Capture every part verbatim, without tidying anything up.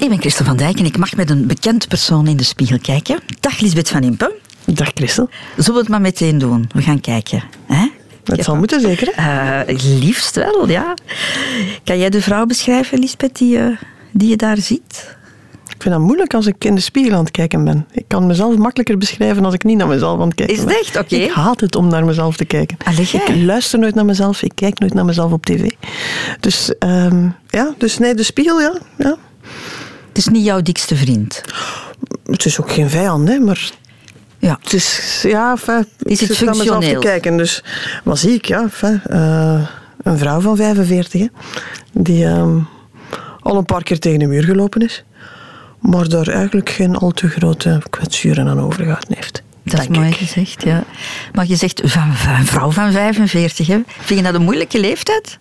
Ik ben Christel van Dijk en ik mag met een bekend persoon in de spiegel kijken. Dag Lisbeth van Impe. Dag Christel. Zullen we het maar meteen doen? We gaan kijken. Hè? Dat zal moeten, zeker? Uh, liefst wel, ja. Kan jij de vrouw beschrijven, Lisbeth, die, uh, die je daar ziet? Ik vind dat moeilijk als ik in de spiegel aan het kijken ben. Ik kan mezelf makkelijker beschrijven als ik niet naar mezelf aan het kijken ben. Is het echt? Oké. Ik haat het om naar mezelf te kijken. Allee, ik luister nooit naar mezelf, ik kijk nooit naar mezelf op tv. Dus, um, ja, dus nee, de spiegel, ja. ja. Het is niet jouw dikste vriend? Het is ook geen vijand, hè, maar... Ja. Het is, ja, enfin, is het ik zit naar mezelf te kijken. Dus wat zie ik? Ja, enfin, uh, een vrouw van vijfenveertig, hè, die um, al een paar keer tegen de muur gelopen is, maar daar eigenlijk geen al te grote kwetsuren aan overgehouden heeft. Dat is mooi ik. gezegd, ja. Maar je zegt van, van een vrouw van vijfenveertig, hè? Vind je dat een moeilijke leeftijd?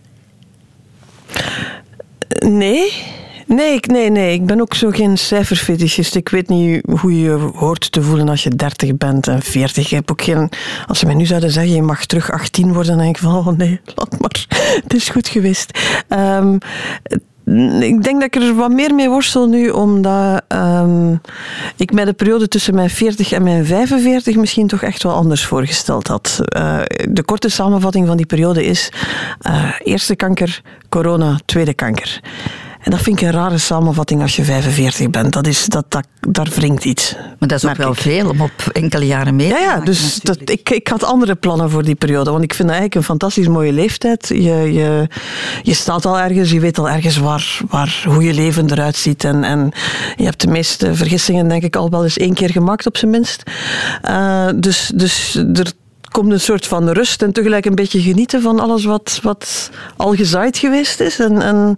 Nee... Nee, ik, nee, nee, ik ben ook zo geen cijferfetischist. Ik weet niet hoe je hoort te voelen als je dertig bent en veertig. Ik heb ook geen... Als ze mij nu zouden zeggen, je mag terug achttien worden, dan denk ik van, oh nee, laat maar. Het is goed geweest. Um, ik denk dat ik er wat meer mee worstel nu, omdat um, ik mij de periode tussen mijn veertig en mijn vijfenveertig misschien toch echt wel anders voorgesteld had. Uh, de korte samenvatting van die periode is uh, eerste kanker, corona, tweede kanker. En dat vind ik een rare samenvatting als je vijfenveertig bent. Dat is, dat, dat, daar wringt iets. Maar dat is ook wel ik. veel om op enkele jaren mee te ja, ja, maken. Dus dat, ik, ik had andere plannen voor die periode. Want ik vind dat eigenlijk een fantastisch mooie leeftijd. Je, je, je staat al ergens, je weet al ergens waar, waar, hoe je leven eruit ziet. En, en je hebt de meeste vergissingen denk ik al wel eens één keer gemaakt op zijn minst. Uh, dus, dus er komt een soort van rust en tegelijk een beetje genieten van alles wat, wat al gezaaid geweest is. En, en,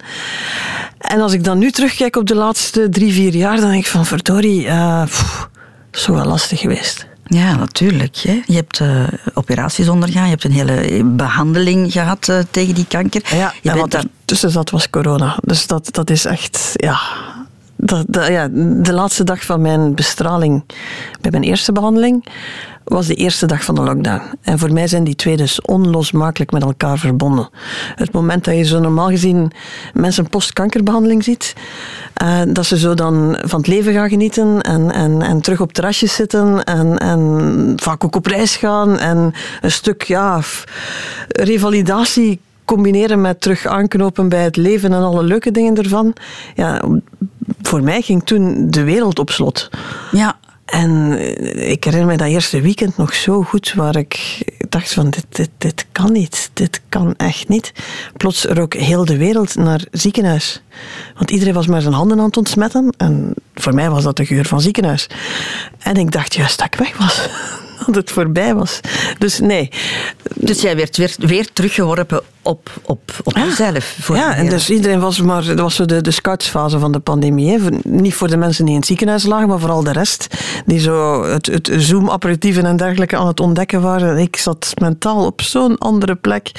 en als ik dan nu terugkijk op de laatste drie, vier jaar, dan denk ik van verdorie, uh, pff, dat is zo wel lastig geweest. Ja, natuurlijk. Hè. Je hebt uh, operaties ondergaan, je hebt een hele behandeling gehad uh, tegen die kanker. Ja, je en bent wat daar... tussen zat was corona. Dus dat, dat is echt, ja... Dat, dat, ja, de laatste dag van mijn bestraling bij mijn eerste behandeling was de eerste dag van de lockdown. En voor mij zijn die twee dus onlosmakelijk met elkaar verbonden. Het moment dat je zo normaal gezien mensen postkankerbehandeling ziet, uh, dat ze zo dan van het leven gaan genieten en, en, en terug op terrasjes zitten en, en vaak ook op reis gaan en een stuk ja, revalidatie combineren met terug aanknopen bij het leven en alle leuke dingen ervan. Ja, voor mij ging toen de wereld op slot. Ja. En ik herinner me dat eerste weekend nog zo goed, waar ik dacht van, dit, dit, dit kan niet. Dit kan echt niet. Plots rook heel de wereld naar ziekenhuis. Want iedereen was maar zijn handen aan het ontsmetten. En voor mij was dat de geur van ziekenhuis. En ik dacht juist dat ik weg was. Dat het voorbij was. Dus nee. Dus jij werd weer, weer teruggeworpen op, op, op ja. jezelf. Voor ja, en dus iedereen was maar... Dat was zo de, de scoutsfase van de pandemie. Hè. Niet voor de mensen die in het ziekenhuis lagen, maar vooral de rest. Die zo het, het Zoom-apparatieven en dergelijke aan het ontdekken waren. Ik zat mentaal op zo'n andere plek.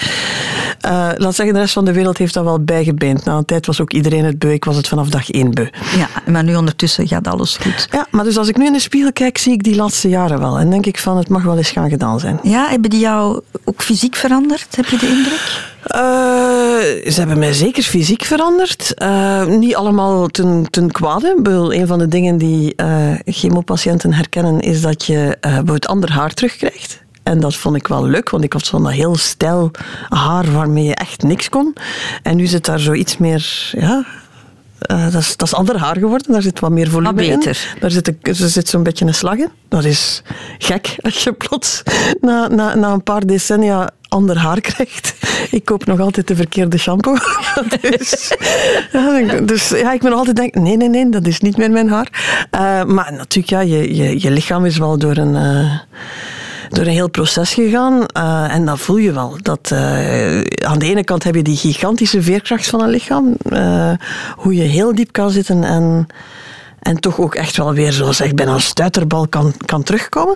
Uh, laat zeggen, de rest van de wereld heeft dat wel bijgebeend. Na een tijd was ook iedereen het beu. Ik was het vanaf dag één beu. Ja, maar nu ondertussen gaat alles goed. Ja, maar dus als ik nu in de spiegel kijk, zie ik die laatste jaren wel. En denk ik van, het mag wel eens gaan gedaan zijn. Ja, hebben die jou ook fysiek veranderd? Heb je de indruk? Uh, ze hebben mij zeker fysiek veranderd. Uh, niet allemaal ten, ten kwade. Bedoel, een van de dingen die uh, chemopatiënten herkennen is dat je uh, bijvoorbeeld ander haar terugkrijgt. En dat vond ik wel leuk, want ik had zo'n heel stijl haar waarmee je echt niks kon. En nu zit daar zoiets meer... Ja, Uh, dat, is, dat is ander haar geworden, daar zit wat meer volume beter. in. Daar zit, een, er zit zo'n beetje een slag in. Dat is gek, als je plots na, na, na een paar decennia ander haar krijgt. Ik koop nog altijd de verkeerde shampoo. dus, ja, dus ja, ik ben altijd denk, nee, nee, nee, dat is niet meer mijn haar. Uh, maar natuurlijk, ja, je, je, je lichaam is wel door een... Uh, door een heel proces gegaan. Uh, en dat voel je wel. Dat, uh, aan de ene kant heb je die gigantische veerkracht van een lichaam. Uh, hoe je heel diep kan zitten en, en toch ook echt wel weer, zoals ik bijna een stuiterbal kan, kan terugkomen.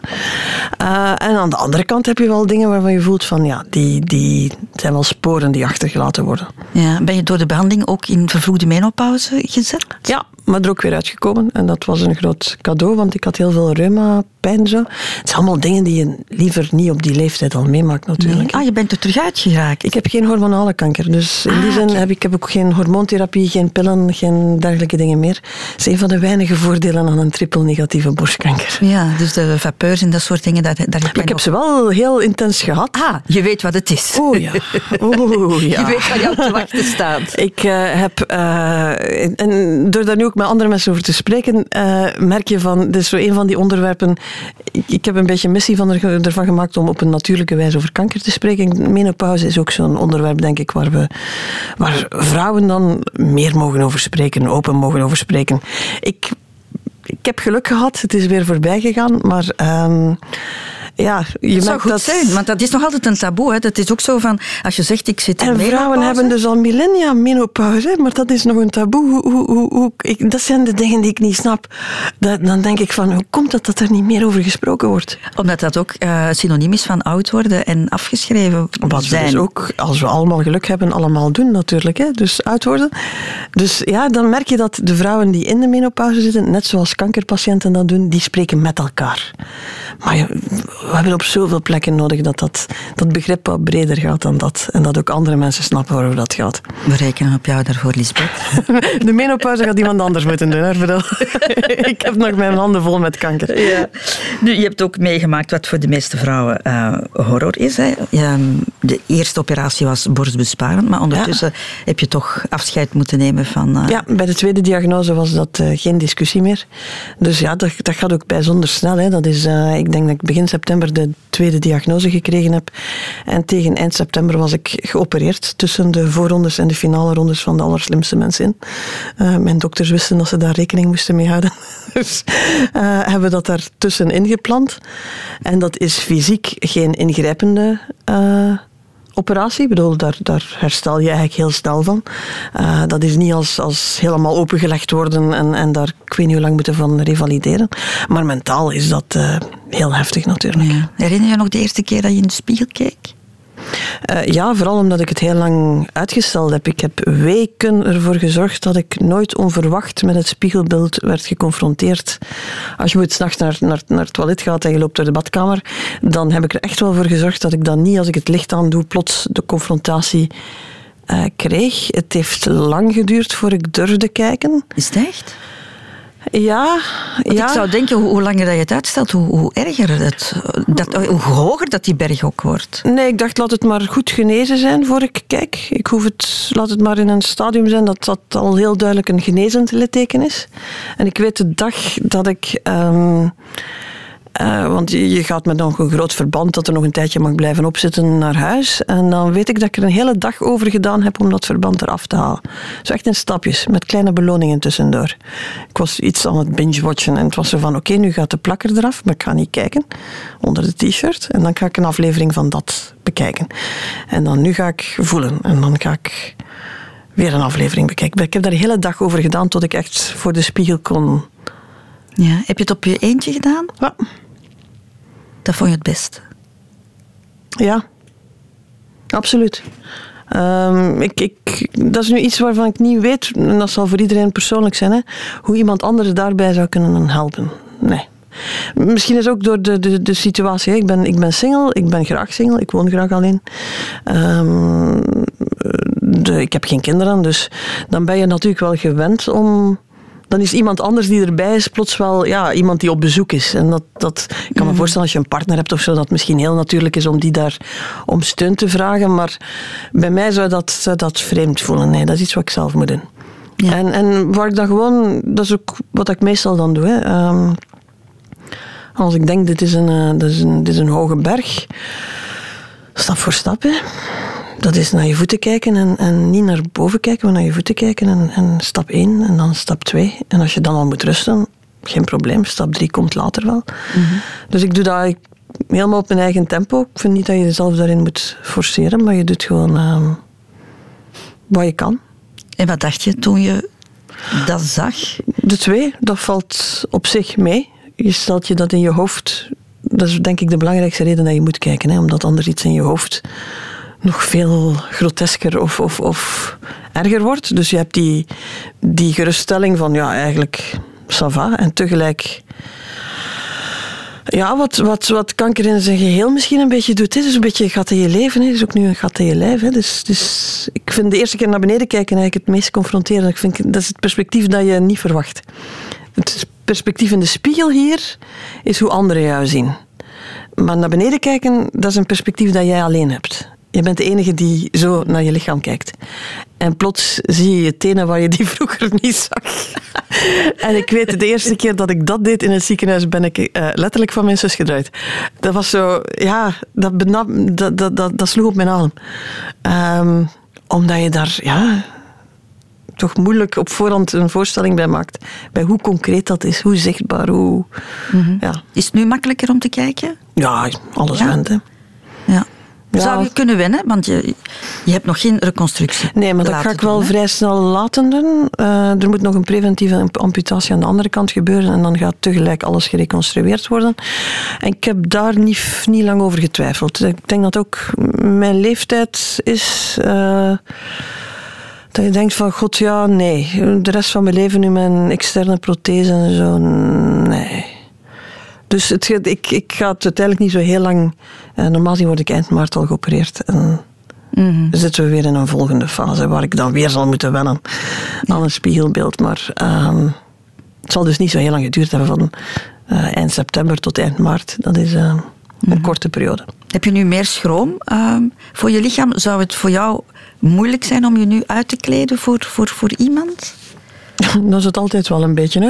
Uh, en aan de andere kant heb je wel dingen waarvan je voelt van, ja, die, die zijn wel sporen die achtergelaten worden. Ja, ben je door de behandeling ook in vervroegde menopauze gezet? Ja, maar er ook weer uitgekomen. En dat was een groot cadeau, want ik had heel veel reuma pijn zo. Het zijn allemaal dingen die je liever niet op die leeftijd al meemaakt natuurlijk. Nee. Ah, je bent er terug uitgeraakt. Ik heb geen hormonale kanker, dus in ah, die zin okay. heb ik heb ook geen hormoontherapie, geen pillen, geen dergelijke dingen meer. Dat is een van de weinige voordelen aan een triple-negatieve borstkanker. Ja, dus de vapeurs en dat soort dingen, daar, daar heb je Ik heb nog... ze wel heel intens gehad. Ah, je weet wat het is. Oeh ja. Oeh, ja. Je weet waar jou te wachten staat. Ik uh, heb, uh, en door daar nu ook met andere mensen over te spreken, uh, merk je van, dit is zo een van die onderwerpen, ik, ik heb een beetje een missie van er, ervan gemaakt om op een natuurlijke wijze over kanker te spreken. Menopauze is ook zo'n onderwerp, denk ik, waar, we, waar vrouwen dan meer mogen over spreken, open mogen over spreken. Ik, ik heb geluk gehad, het is weer voorbij gegaan, maar... Um, Ja, je dat zou goed dat... zijn, want dat is nog altijd een taboe. Hè. Dat is ook zo van, als je zegt ik zit in en menopauze... vrouwen hebben dus al millennia menopauze, maar dat is nog een taboe. Hoe, hoe, hoe, hoe, ik, dat zijn de dingen die ik niet snap. Dat, dan denk ik van, hoe komt het dat er niet meer over gesproken wordt? Omdat dat ook uh, synoniem is van oud worden en afgeschreven Wat zijn. we dus ook, als we allemaal geluk hebben, allemaal doen natuurlijk. Hè? Dus oud worden. Dus ja, dan merk je dat de vrouwen die in de menopauze zitten, net zoals kankerpatiënten dat doen, die spreken met elkaar. Maar je, we hebben op zoveel plekken nodig dat dat, dat begrip wat breder gaat dan dat. En dat ook andere mensen snappen waarover dat gaat. We rekenen op jou daarvoor, Lisbeth. De menopauze gaat iemand anders moeten doen. Hè, ik heb nog mijn handen vol met kanker. Ja. Nu, je hebt ook meegemaakt wat voor de meeste vrouwen uh, horror is. Hè. De eerste operatie was borstbesparend, maar ondertussen ja. heb je toch afscheid moeten nemen van... Uh... Ja, bij de tweede diagnose was dat uh, geen discussie meer. Dus ja, dat, dat gaat ook bijzonder snel. Hè. Dat is, uh, ik denk dat ik begin september de tweede diagnose gekregen heb. En tegen eind september was ik geopereerd tussen de voorrondes en de finale rondes van de allerslimste mensen in. Uh, mijn dokters wisten dat ze daar rekening moesten mee houden. Dus uh, hebben we dat daartussen ingeplant. En dat is fysiek geen ingrijpende uh, operatie. Ik bedoel, daar, daar herstel je eigenlijk heel snel van. Uh, dat is niet als, als helemaal opengelegd worden en, en daar ik weet niet hoe lang moeten van revalideren. Maar mentaal is dat uh, heel heftig natuurlijk. Ja. Herinner je nog de eerste keer dat je in de spiegel keek? Uh, ja, vooral omdat ik het heel lang uitgesteld heb. Ik heb weken ervoor gezorgd dat ik nooit onverwacht met het spiegelbeeld werd geconfronteerd. Als je moet 's nachts naar, naar, naar het toilet gaat en je loopt door de badkamer, dan heb ik er echt wel voor gezorgd dat ik dan niet, als ik het licht aandoe, plots de confrontatie uh, kreeg. Het heeft lang geduurd voor ik durfde kijken. Is het echt? Ja, Want ja. Ik zou denken, hoe, hoe langer dat je het uitstelt, hoe, hoe erger het, dat, hoe hoger dat die berg ook wordt. Nee, ik dacht, laat het maar goed genezen zijn voor ik kijk. Ik hoef het, laat het maar in een stadium zijn dat dat al heel duidelijk een genezend litteken is. En ik weet de dag dat ik... Um, Uh, want je gaat met nog een groot verband dat er nog een tijdje mag blijven opzitten naar huis. En dan weet ik dat ik er een hele dag over gedaan heb om dat verband eraf te halen. Zo echt in stapjes, met kleine beloningen tussendoor. Ik was iets aan het binge-watchen en het was zo van, oké, okay, nu gaat de plakker eraf, maar ik ga niet kijken onder de t-shirt. En dan ga ik een aflevering van dat bekijken. En dan nu ga ik voelen en dan ga ik weer een aflevering bekijken. Ik heb daar de hele dag over gedaan tot ik echt voor de spiegel kon... Ja, heb je het op je eentje gedaan? Ja. Dat vond je het best? Ja, absoluut. Um, ik, ik, dat is nu iets waarvan ik niet weet, en dat zal voor iedereen persoonlijk zijn, hè, hoe iemand anders daarbij zou kunnen helpen. Nee. Misschien is ook door de, de, de situatie. Hè. Ik ben, ik ben single, ik ben graag single, ik woon graag alleen. Um, de, ik heb geen kinderen, dus dan ben je natuurlijk wel gewend om... Dan is iemand anders die erbij is plots wel ja, iemand die op bezoek is. En dat, dat, ik kan me voorstellen als je een partner hebt of zo, dat het misschien heel natuurlijk is om die daar om steun te vragen. Maar bij mij zou dat, zou dat vreemd voelen. Nee, dat is iets wat ik zelf moet doen. Ja. En, en waar ik dan gewoon, dat is ook wat ik meestal dan doe. Hè. Um, als ik denk, dit is een, uh, dit is een, dit is een hoge berg, stap voor stap, hè. Dat is naar je voeten kijken en, en niet naar boven kijken, maar naar je voeten kijken. En, en stap één en dan stap twee. En als je dan al moet rusten, geen probleem. Stap drie komt later wel. Mm-hmm. Dus ik doe dat helemaal op mijn eigen tempo. Ik vind niet dat je jezelf daarin moet forceren, maar je doet gewoon uh, wat je kan. En wat dacht je toen je dat zag? De twee, dat valt op zich mee. Je stelt je dat in je hoofd. Dat is denk ik de belangrijkste reden dat je moet kijken. Hè, omdat anders iets in je hoofd... nog veel grotesker of, of, of erger wordt. Dus je hebt die, die geruststelling van, ja, eigenlijk, ça va. En tegelijk Ja, wat, wat, wat kanker in zijn geheel misschien een beetje doet, is een beetje een gat in je leven. Het is ook nu een gat in je lijf. Hè. Dus, dus ik vind de eerste keer naar beneden kijken eigenlijk het meest confronterend. Ik vind, dat is het perspectief dat je niet verwacht. Het perspectief in de spiegel hier is hoe anderen jou zien. Maar naar beneden kijken, dat is een perspectief dat jij alleen hebt. Je bent de enige die zo naar je lichaam kijkt. En plots zie je je tenen waar je die vroeger niet zag. En ik weet, de eerste keer dat ik dat deed in het ziekenhuis, ben ik uh, letterlijk van mijn zus gedraaid. Dat was zo, ja, dat, benam, dat, dat, dat, dat sloeg op mijn adem. Um, omdat je daar, ja, toch moeilijk op voorhand een voorstelling bij maakt. Bij hoe concreet dat is, hoe zichtbaar, hoe... Mm-hmm. Ja. Is het nu makkelijker om te kijken? Ja, alles ja. went, hè. Ja. Ja. Zou je kunnen wennen? Want je, je hebt nog geen reconstructie. Nee, maar dat ga ik wel doen, vrij snel laten doen. Uh, er moet nog een preventieve amputatie aan de andere kant gebeuren en dan gaat tegelijk alles gereconstrueerd worden. En ik heb daar niet, niet lang over getwijfeld. Ik denk dat ook mijn leeftijd is... Uh, dat je denkt van, god ja, nee. De rest van mijn leven nu met een externe prothese en zo, nee... Dus het, ik, ik ga het uiteindelijk niet zo heel lang... Uh, normaal gezien word ik eind maart al geopereerd. En mm-hmm. dan zitten we weer in een volgende fase waar ik dan weer zal moeten wennen ja. aan een spiegelbeeld. Maar uh, het zal dus niet zo heel lang geduurd hebben van uh, eind september tot eind maart. Dat is uh, een mm-hmm. korte periode. Heb je nu meer schroom uh, voor je lichaam? Zou het voor jou moeilijk zijn om je nu uit te kleden voor, voor, voor iemand? Dat is het altijd wel een beetje, hè.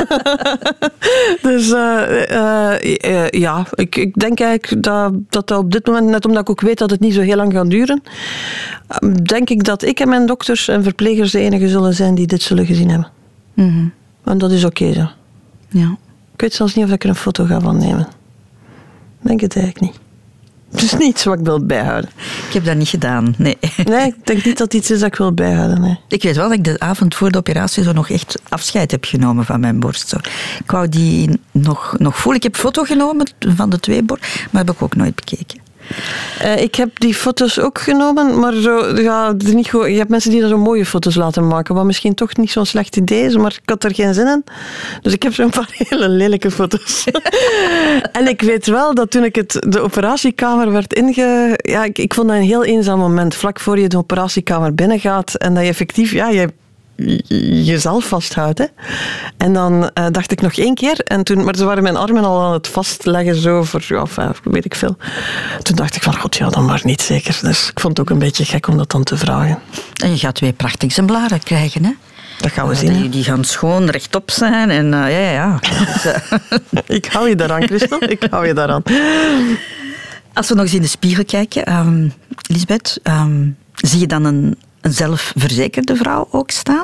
Dus uh, uh, uh, ja, ik, ik denk eigenlijk dat, dat dat op dit moment, net omdat ik ook weet dat het niet zo heel lang gaat duren, uh, denk ik dat ik en mijn dokters en verplegers de enige zullen zijn die dit zullen gezien hebben. Mm-hmm. En dat is oké okay, zo. Ja. Ik weet zelfs niet of ik er een foto ga van nemen. Ik denk het eigenlijk niet. Het is niets wat ik wil bijhouden. Ik heb dat niet gedaan, nee. Nee, ik denk niet dat het iets is dat ik wil bijhouden, nee. Ik weet wel dat ik de avond voor de operatie zo nog echt afscheid heb genomen van mijn borst. Zo. Ik wou die nog, nog voelen. Ik heb een foto genomen van de twee borsten, maar heb ik ook nooit bekeken. Uh, ik heb die foto's ook genomen, maar zo, ja, niet gewoon, je hebt mensen die er zo mooie foto's laten maken, wat misschien toch niet zo'n slecht idee is, maar ik had er geen zin in. Dus ik heb zo'n paar hele lelijke foto's. En ik weet wel dat toen ik het, de operatiekamer werd inge... Ja, ik, ik vond dat een heel eenzaam moment, vlak voor je de operatiekamer binnengaat en dat je effectief... Ja, je jezelf vasthoudt. Hè. En dan uh, dacht ik nog één keer, en toen, maar ze waren mijn armen al aan het vastleggen, zo voor, ja, enfin, weet ik veel. Toen dacht ik van, god ja, dan maar niet zeker. Dus ik vond het ook een beetje gek om dat dan te vragen. En je gaat twee prachtige exemplaren krijgen, hè? Dat gaan we uh, zien. Die, die gaan schoon rechtop zijn en uh, ja, ja, ja. Ik hou je daaraan, Christel. Ik hou je daaraan. Als we nog eens in de spiegel kijken, um, Lisbeth, um, zie je dan een een zelfverzekerde vrouw ook staan?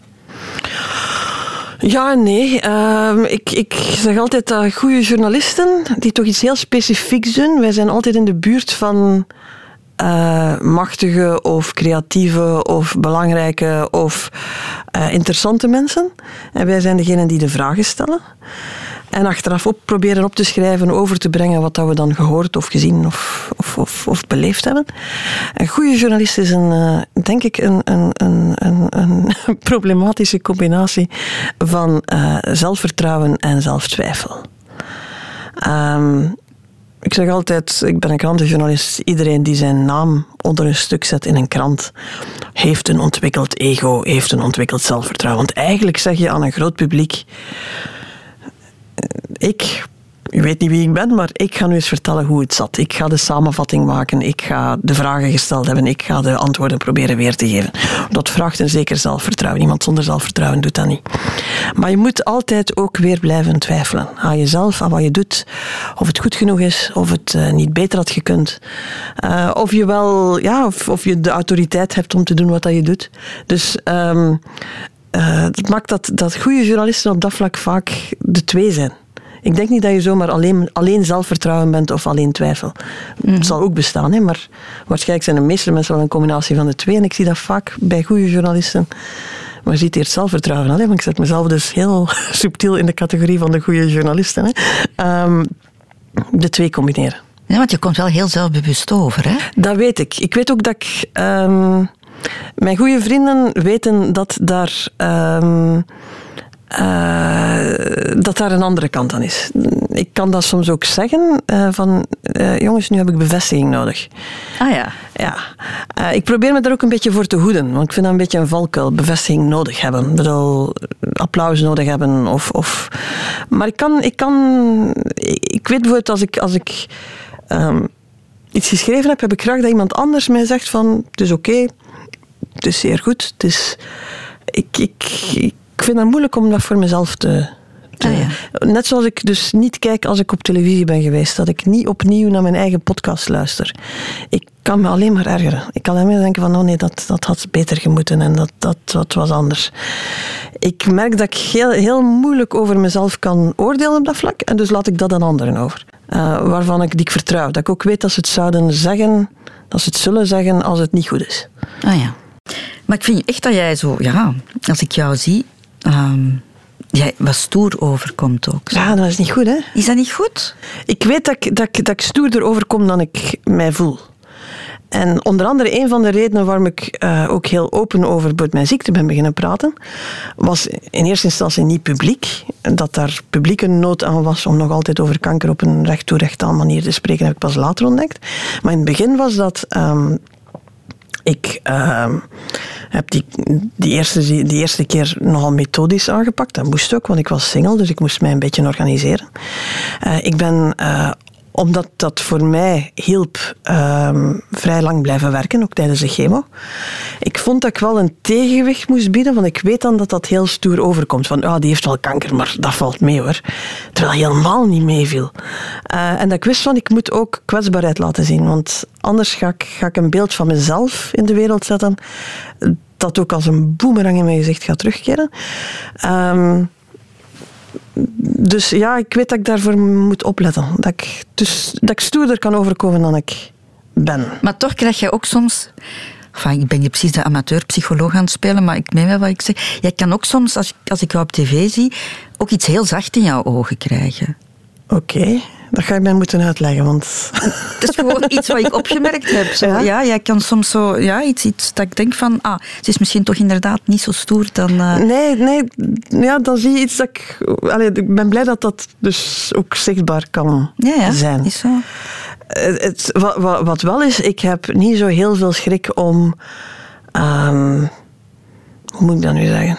Ja en nee. Uh, ik, ik zeg altijd dat goede journalisten die toch iets heel specifieks doen. Wij zijn altijd in de buurt van uh, machtige of creatieve of belangrijke of uh, interessante mensen. En wij zijn degenen die de vragen stellen. En achteraf op proberen op te schrijven, over te brengen wat we dan gehoord of gezien of, of, of, of beleefd hebben. Een goede journalist is een, uh, denk ik een, een, een, een, een problematische combinatie van uh, zelfvertrouwen en zelftwijfel. Um, ik zeg altijd, ik ben een krantenjournalist, iedereen die zijn naam onder een stuk zet in een krant, heeft een ontwikkeld ego, heeft een ontwikkeld zelfvertrouwen. Want eigenlijk zeg je aan een groot publiek, ik, je weet niet wie ik ben, maar ik ga nu eens vertellen hoe het zat. Ik ga de samenvatting maken, ik ga de vragen gesteld hebben, ik ga de antwoorden proberen weer te geven. Dat vraagt een zeker zelfvertrouwen. Iemand zonder zelfvertrouwen doet dat niet. Maar je moet altijd ook weer blijven twijfelen aan jezelf, aan wat je doet. Of het goed genoeg is, of het uh, niet beter had gekund. Uh, of je wel, ja, of, of je de autoriteit hebt om te doen wat dat je doet. Dus Um, Uh, dat maakt dat, dat goede journalisten op dat vlak vaak de twee zijn. Ik denk niet dat je zomaar alleen, alleen zelfvertrouwen bent of alleen twijfel. Mm-hmm. Het zal ook bestaan, hè, maar waarschijnlijk zijn de meeste mensen wel een combinatie van de twee. En ik zie dat vaak bij goede journalisten. Maar je ziet eerst zelfvertrouwen. Hè, want ik zet mezelf dus heel subtiel in de categorie van de goede journalisten. Hè. Um, de twee combineren. Ja, want je komt wel heel zelfbewust over, hè? Dat weet ik. Ik weet ook dat ik... Um, Mijn goede vrienden weten dat daar, um, uh, dat daar een andere kant aan is. Ik kan dat soms ook zeggen, uh, van uh, jongens, nu heb ik bevestiging nodig. Ah ja. Ja. Uh, ik probeer me daar ook een beetje voor te hoeden, want ik vind dat een beetje een valkuil, bevestiging nodig hebben. Ik bedoel, applaus nodig hebben. Of, of... Maar ik kan, ik kan... Ik weet bijvoorbeeld, als ik, als ik um, iets geschreven heb, heb ik graag dat iemand anders mij zegt van, het is oké, okay, het is zeer goed, het is... Ik, ik, ik vind het moeilijk om dat voor mezelf te... te ah, ja. Net zoals ik dus niet kijk als ik op televisie ben geweest, dat ik niet opnieuw naar mijn eigen podcast luister. Ik kan me alleen maar ergeren. Ik kan alleen maar denken van, oh nee, dat, dat had beter gemoeten en dat, dat, dat was anders. Ik merk dat ik heel, heel moeilijk over mezelf kan oordelen op dat vlak en dus laat ik dat aan anderen over. Uh, waarvan ik die ik vertrouw. Dat ik ook weet dat ze het zouden zeggen, dat ze het zullen zeggen als het niet goed is. Ah ja. Maar ik vind echt dat jij zo, ja, als ik jou zie, um, jij wat stoer overkomt ook. Zo. Ja, dat is niet goed, hè? Is dat niet goed? Ik weet dat ik, dat ik, dat ik stoerder overkom dan ik mij voel. En onder andere een van de redenen waarom ik uh, ook heel open over mijn ziekte ben beginnen praten, was in eerste instantie niet publiek. Dat daar publieke nood aan was om nog altijd over kanker op een recht toe recht aan manier te spreken, heb ik pas later ontdekt. Maar in het begin was dat... Um, Ik uh, heb die, die, eerste, die eerste keer nogal methodisch aangepakt. Dat moest ook, want ik was single, dus ik moest mij een beetje organiseren. Uh, ik ben, uh, omdat dat voor mij hielp, uh, vrij lang blijven werken, ook tijdens de chemo. Ik vond dat ik wel een tegenwicht moest bieden, want ik weet dan dat dat heel stoer overkomt. Van, ah, die heeft wel kanker, maar dat valt mee hoor. Terwijl helemaal niet meeviel. Uh, en dat ik wist van, ik moet ook kwetsbaarheid laten zien, want anders ga ik, ga ik een beeld van mezelf in de wereld zetten, dat ook als een boemerang in mijn gezicht gaat terugkeren. Um, dus ja, ik weet dat ik daarvoor moet opletten. Dat ik, dus, dat ik stoerder kan overkomen dan ik ben. Maar toch krijg je ook soms... Enfin, ik ben niet precies de amateurpsycholoog aan het spelen, maar ik meen wel wat ik zeg. Jij kan ook soms, als, als ik jou op tv zie, ook iets heel zacht in jouw ogen krijgen. Oké, okay, dat ga je mij moeten uitleggen, want... Dat is gewoon iets wat ik opgemerkt heb. Zo. Ja? Ja, jij kan soms zo... Ja, iets, iets dat ik denk van... Ah, ze is misschien toch inderdaad niet zo stoer dan... Uh... Nee, nee. Ja, dan zie je iets dat ik... Allee, ik ben blij dat dat dus ook zichtbaar kan ja, ja, zijn. Is zo. Het, wat, wat, wat wel is, ik heb niet zo heel veel schrik om... Um, hoe moet ik dat nu zeggen?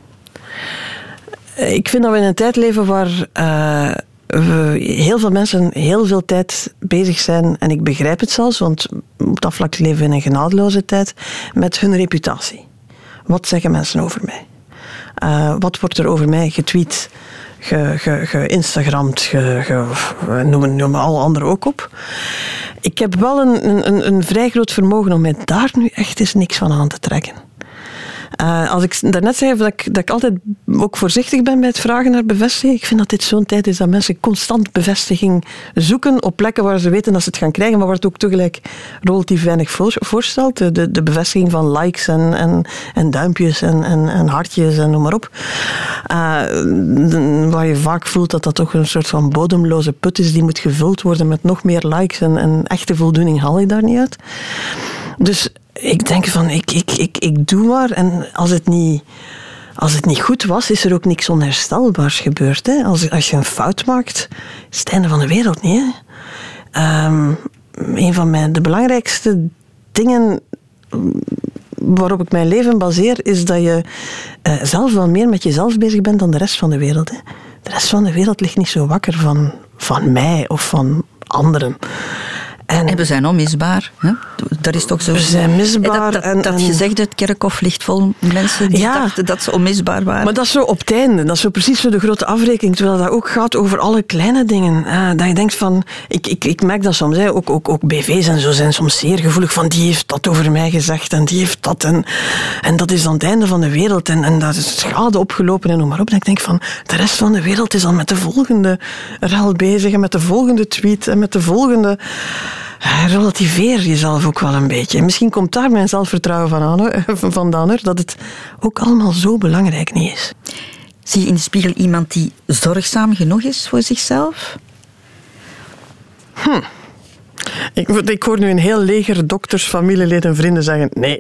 Ik vind dat we in een tijd leven waar... Uh, we, heel veel mensen heel veel tijd bezig zijn, en ik begrijp het zelfs, want op dat vlak leven we in een genadeloze tijd, met hun reputatie. Wat zeggen mensen over mij? Uh, wat wordt er over mij getweet, geïnstagramd, ge, ge, ge, noem, noem alle anderen ook op. Ik heb wel een, een, een vrij groot vermogen om mij daar nu echt eens niks van aan te trekken. Uh, als ik daarnet zei dat ik, dat ik altijd ook voorzichtig ben bij het vragen naar bevestiging. Ik vind dat dit zo'n tijd is dat mensen constant bevestiging zoeken op plekken waar ze weten dat ze het gaan krijgen, maar waar het ook tegelijk relatief weinig voor, voorstelt. De, de bevestiging van likes en, en, en duimpjes en, en, en hartjes en noem maar op. Uh, de, waar je vaak voelt dat dat toch een soort van bodemloze put is die moet gevuld worden met nog meer likes en, en echte voldoening haal ik daar niet uit. Dus ik denk van, ik, ik, ik, ik doe maar. En als het, niet, als het niet goed was, is er ook niks onherstelbaars gebeurd. Hè? Als, als je een fout maakt, is het einde van de wereld niet. Hè? Um, een van mijn, de belangrijkste dingen waarop ik mijn leven baseer, is dat je uh, zelf wel meer met jezelf bezig bent dan de rest van de wereld. Hè? De rest van de wereld ligt niet zo wakker van, van mij of van anderen. En, en we zijn onmisbaar. Hè? Dat is toch zo. We zijn misbaar. Dat, dat, en, dat en, gezegd, het kerkhof ligt vol mensen die ja, dachten dat ze onmisbaar waren. Maar dat is zo op het einde. Dat is zo precies zo de grote afrekening. Terwijl dat ook gaat over alle kleine dingen. Uh, dat je denkt van... Ik, ik, ik merk dat soms. Hè, ook, ook, ook B V's en zo zijn soms zeer gevoelig van die heeft dat over mij gezegd en die heeft dat. En, en dat is aan het einde van de wereld. En, en daar is schade opgelopen en noem maar op. En ik denk van... De rest van de wereld is al met de volgende rel bezig. En met de volgende tweet. En met de volgende... Relativeer jezelf ook wel een beetje. Misschien komt daar mijn zelfvertrouwen van aan, vandaan, hoor, dat het ook allemaal zo belangrijk niet is. Zie je in de spiegel iemand die zorgzaam genoeg is voor zichzelf? Hm. Ik, ik hoor nu een heel leger dokters, familieleden en vrienden zeggen nee.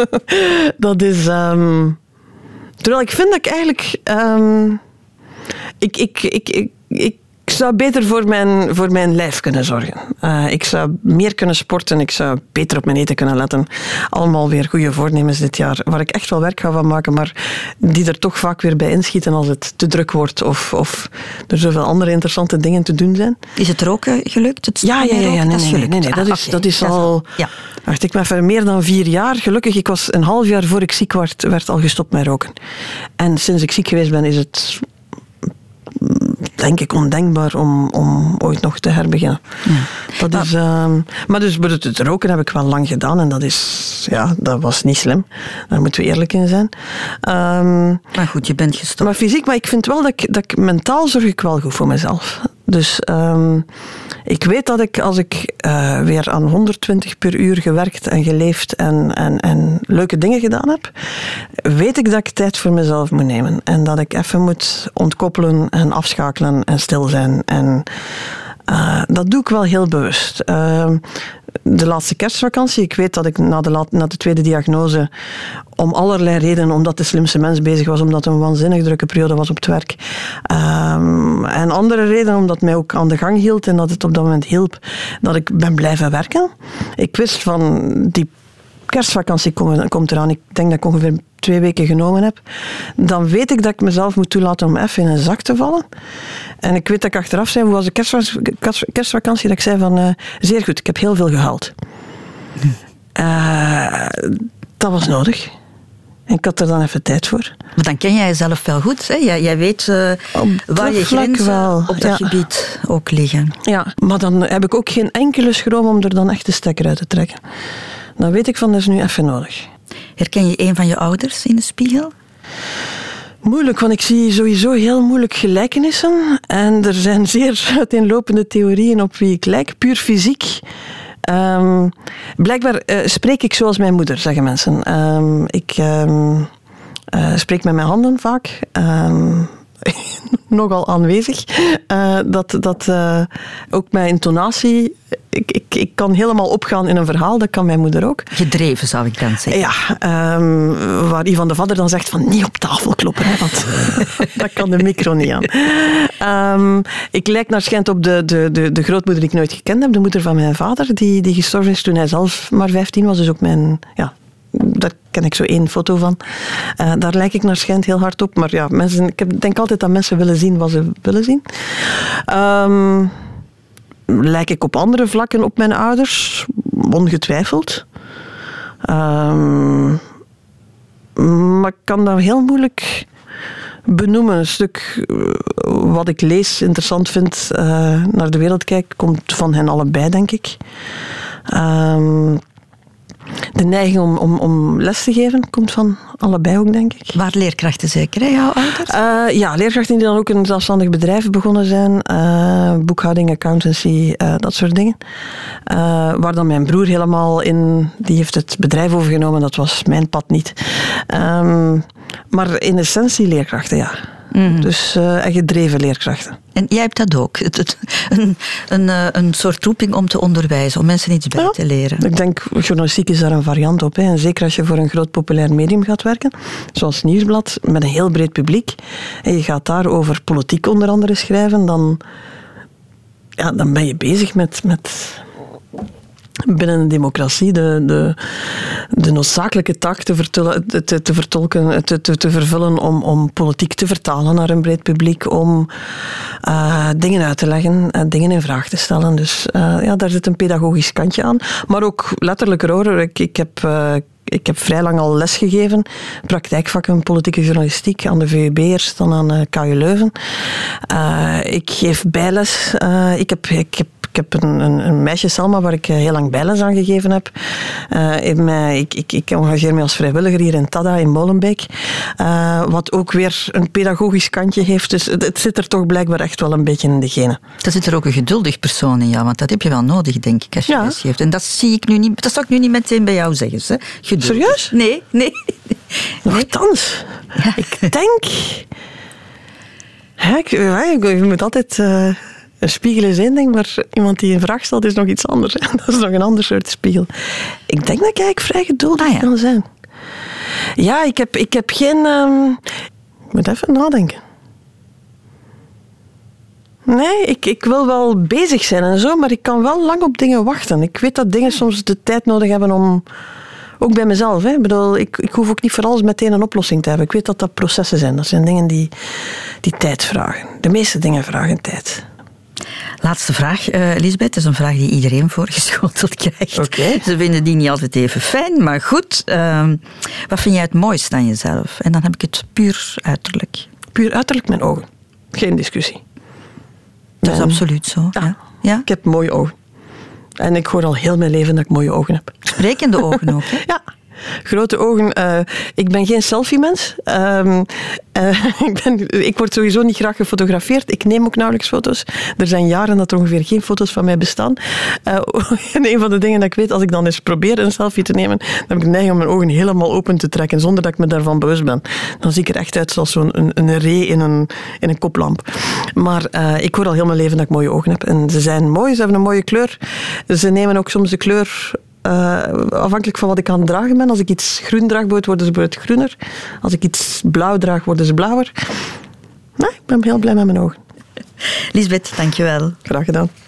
Dat is... Um, terwijl ik vind dat ik eigenlijk... Um, Ik, ik, ik, ik, ik Ik zou beter voor mijn, voor mijn lijf kunnen zorgen. Uh, ik zou meer kunnen sporten. Ik zou beter op mijn eten kunnen letten. Allemaal weer goede voornemens dit jaar. Waar ik echt wel werk ga van maken. Maar die er toch vaak weer bij inschieten als het te druk wordt. Of, of er zoveel andere interessante dingen te doen zijn. Is het roken gelukt? Het ja, ja, ja, ja. Nee, dat is nee, gelukt. nee, nee, dat ah, is, okay. dat is dat al... Is ja. Wacht, ik ben even meer dan vier jaar. Gelukkig, ik was een half jaar voor ik ziek werd, werd al gestopt met roken. En sinds ik ziek geweest ben, is het... denk ik ondenkbaar om, om ooit nog te herbeginnen. Ja. Dat is, uh, maar dus het, het roken heb ik wel lang gedaan en dat is, ja, dat was niet slim. Daar moeten we eerlijk in zijn. Um, maar goed, je bent gestopt. Maar fysiek, maar ik vind wel dat ik, dat ik mentaal zorg ik wel goed voor mezelf. Dus um, ik weet dat ik als ik uh, weer aan honderdtwintig per uur gewerkt en geleefd en, en, en leuke dingen gedaan heb, weet ik dat ik tijd voor mezelf moet nemen. En dat ik even moet ontkoppelen en afschakelen en stil zijn. En uh, dat doe ik wel heel bewust. Uh, de laatste kerstvakantie, ik weet dat ik na de, laat, na de tweede diagnose om allerlei redenen, omdat de slimste mens bezig was, omdat het een waanzinnig drukke periode was op het werk. Um, en andere redenen, omdat het mij ook aan de gang hield en dat het op dat moment hielp, dat ik ben blijven werken. Ik wist van, die kerstvakantie komt eraan, ik denk dat ik ongeveer twee weken genomen heb, dan weet ik dat ik mezelf moet toelaten om even in een zak te vallen. En ik weet dat ik achteraf zei, hoe was de kerstvakantie, dat ik zei van, uh, zeer goed, ik heb heel veel gehaald. Uh, dat was nodig. En ik had er dan even tijd voor. Maar dan ken jij jezelf wel goed. Hè? Jij, jij weet uh, waar je grenzen wel. op dat ja. gebied ook liggen. Ja, maar dan heb ik ook geen enkele schroom om er dan echt de stekker uit te trekken. Dan weet ik van, dat is nu even nodig. Herken je een van je ouders in de spiegel? Moeilijk, want ik zie sowieso heel moeilijk gelijkenissen. En er zijn zeer uiteenlopende theorieën op wie ik lijk. Puur fysiek. Um, blijkbaar uh, spreek ik zoals mijn moeder, zeggen mensen. Um, ik um, uh, spreek met mijn handen vaak. Um, nogal aanwezig. Uh, dat dat uh, ook mijn intonatie... Ik, ik, ik kan helemaal opgaan in een verhaal, dat kan mijn moeder ook. Gedreven, zou ik dan zeggen. Ja, um, waar Ivan de Vadder dan zegt van niet op tafel kloppen, hè, want dat kan de micro niet aan. Um, ik lijk naar schijnt op de, de, de, de grootmoeder die ik nooit gekend heb, de moeder van mijn vader, die, die gestorven is toen hij zelf maar vijftien was, dus ook mijn... Ja, daar ken ik zo één foto van. Uh, daar lijk ik naar schijnt heel hard op. Maar ja, mensen, ik denk altijd dat mensen willen zien wat ze willen zien. Um, lijk ik op andere vlakken op mijn ouders? Ongetwijfeld. Um, maar ik kan dat heel moeilijk benoemen. Een stuk wat ik lees, interessant vind, uh, naar de wereld kijk, komt van hen allebei, denk ik. Um, De neiging om, om, om les te geven komt van allebei ook, denk ik. Waar leerkrachten zeker, hè, jouw ouders? Uh, ja, leerkrachten die dan ook een zelfstandig bedrijf begonnen zijn. Uh, boekhouding, accountancy, uh, dat soort dingen. Uh, waar dan mijn broer helemaal in... Die heeft het bedrijf overgenomen, dat was mijn pad niet. Um, maar in essentie leerkrachten, ja. Mm-hmm. Dus uh, gedreven leerkrachten. En jij hebt dat ook. Het, het, een, een, een soort roeping om te onderwijzen, om mensen iets bij ja, te leren. Ik denk, journalistiek is daar een variant op. Hè. En zeker als je voor een groot populair medium gaat werken, zoals Nieuwsblad, met een heel breed publiek, en je gaat daar over politiek onder andere schrijven, dan, ja, dan ben je bezig met... met binnen een democratie de, de, de noodzakelijke taak te, vertullen, te, te vertolken, te, te, te vervullen om, om politiek te vertalen naar een breed publiek, om uh, dingen uit te leggen, uh, dingen in vraag te stellen. Dus uh, ja, daar zit een pedagogisch kantje aan. Maar ook letterlijker hoor, ik, ik heb... Uh, Ik heb vrij lang al lesgegeven, praktijkvakken politieke journalistiek aan de V U B eerst, dan aan K U Leuven. Uh, ik geef bijles. Uh, ik heb, ik heb Ik heb een, een, een meisje, Selma, waar ik heel lang bijles aan gegeven heb. Uh, ik, ik, ik engageer me als vrijwilliger hier in Tada, in Molenbeek. Uh, wat ook weer een pedagogisch kantje heeft. Dus het, het zit er toch blijkbaar echt wel een beetje in de genen. Er zit er ook een geduldig persoon in jou, want dat heb je wel nodig, denk ik, als je ja. les geeft. En dat zie ik nu niet, dat zou ik nu niet meteen bij jou zeggen. Hè? Geduldig. Serieus? Nee, nee. Nochtans. Ja. Ik denk... Ja, ik, ja, je moet altijd... Uh, Een spiegel is één ding, maar iemand die een vraag stelt is nog iets anders. Dat is nog een ander soort spiegel. Ik denk dat ik eigenlijk vrij geduldig ah, ja. kan zijn. Ja, ik heb, ik heb geen... Um... Ik moet even nadenken. Nee, ik, ik wil wel bezig zijn en zo, maar ik kan wel lang op dingen wachten. Ik weet dat dingen soms de tijd nodig hebben om... Ook bij mezelf. Hè. Ik bedoel, ik, ik hoef ook niet voor alles meteen een oplossing te hebben. Ik weet dat dat processen zijn. Dat zijn dingen die, die tijd vragen. De meeste dingen vragen tijd. Laatste vraag, uh, Lisbeth. Dat is een vraag die iedereen voorgeschoteld krijgt. Okay. Ze vinden die niet altijd even fijn, maar goed. Uh, wat vind jij het mooiste aan jezelf? En dan heb ik het puur uiterlijk. Puur uiterlijk mijn ogen. Geen discussie. Dat is en, absoluut zo. Ja, ja. Ja? Ik heb mooie ogen. En ik hoor al heel mijn leven dat ik mooie ogen heb. Sprekende ogen ook, hè? Ja. Grote ogen. Uh, ik ben geen selfie-mens. Um, uh, ik, ben, ik word sowieso niet graag gefotografeerd. Ik neem ook nauwelijks foto's. Er zijn jaren dat er ongeveer geen foto's van mij bestaan. Uh, en een van de dingen dat ik weet, als ik dan eens probeer een selfie te nemen, dan heb ik de neiging om mijn ogen helemaal open te trekken, zonder dat ik me daarvan bewust ben. Dan zie ik er echt uit zoals zo'n een, een ree in een, in een koplamp. Maar uh, ik hoor al heel mijn leven dat ik mooie ogen heb. En ze zijn mooi, ze hebben een mooie kleur. Ze nemen ook soms de kleur... Uh, afhankelijk van wat ik aan het dragen ben. Als ik iets groen draag, worden ze bijvoorbeeld groener. Als ik iets blauw draag, worden ze blauwer. Nee, ik ben heel blij met mijn ogen. Lisbeth, dankjewel. Graag gedaan.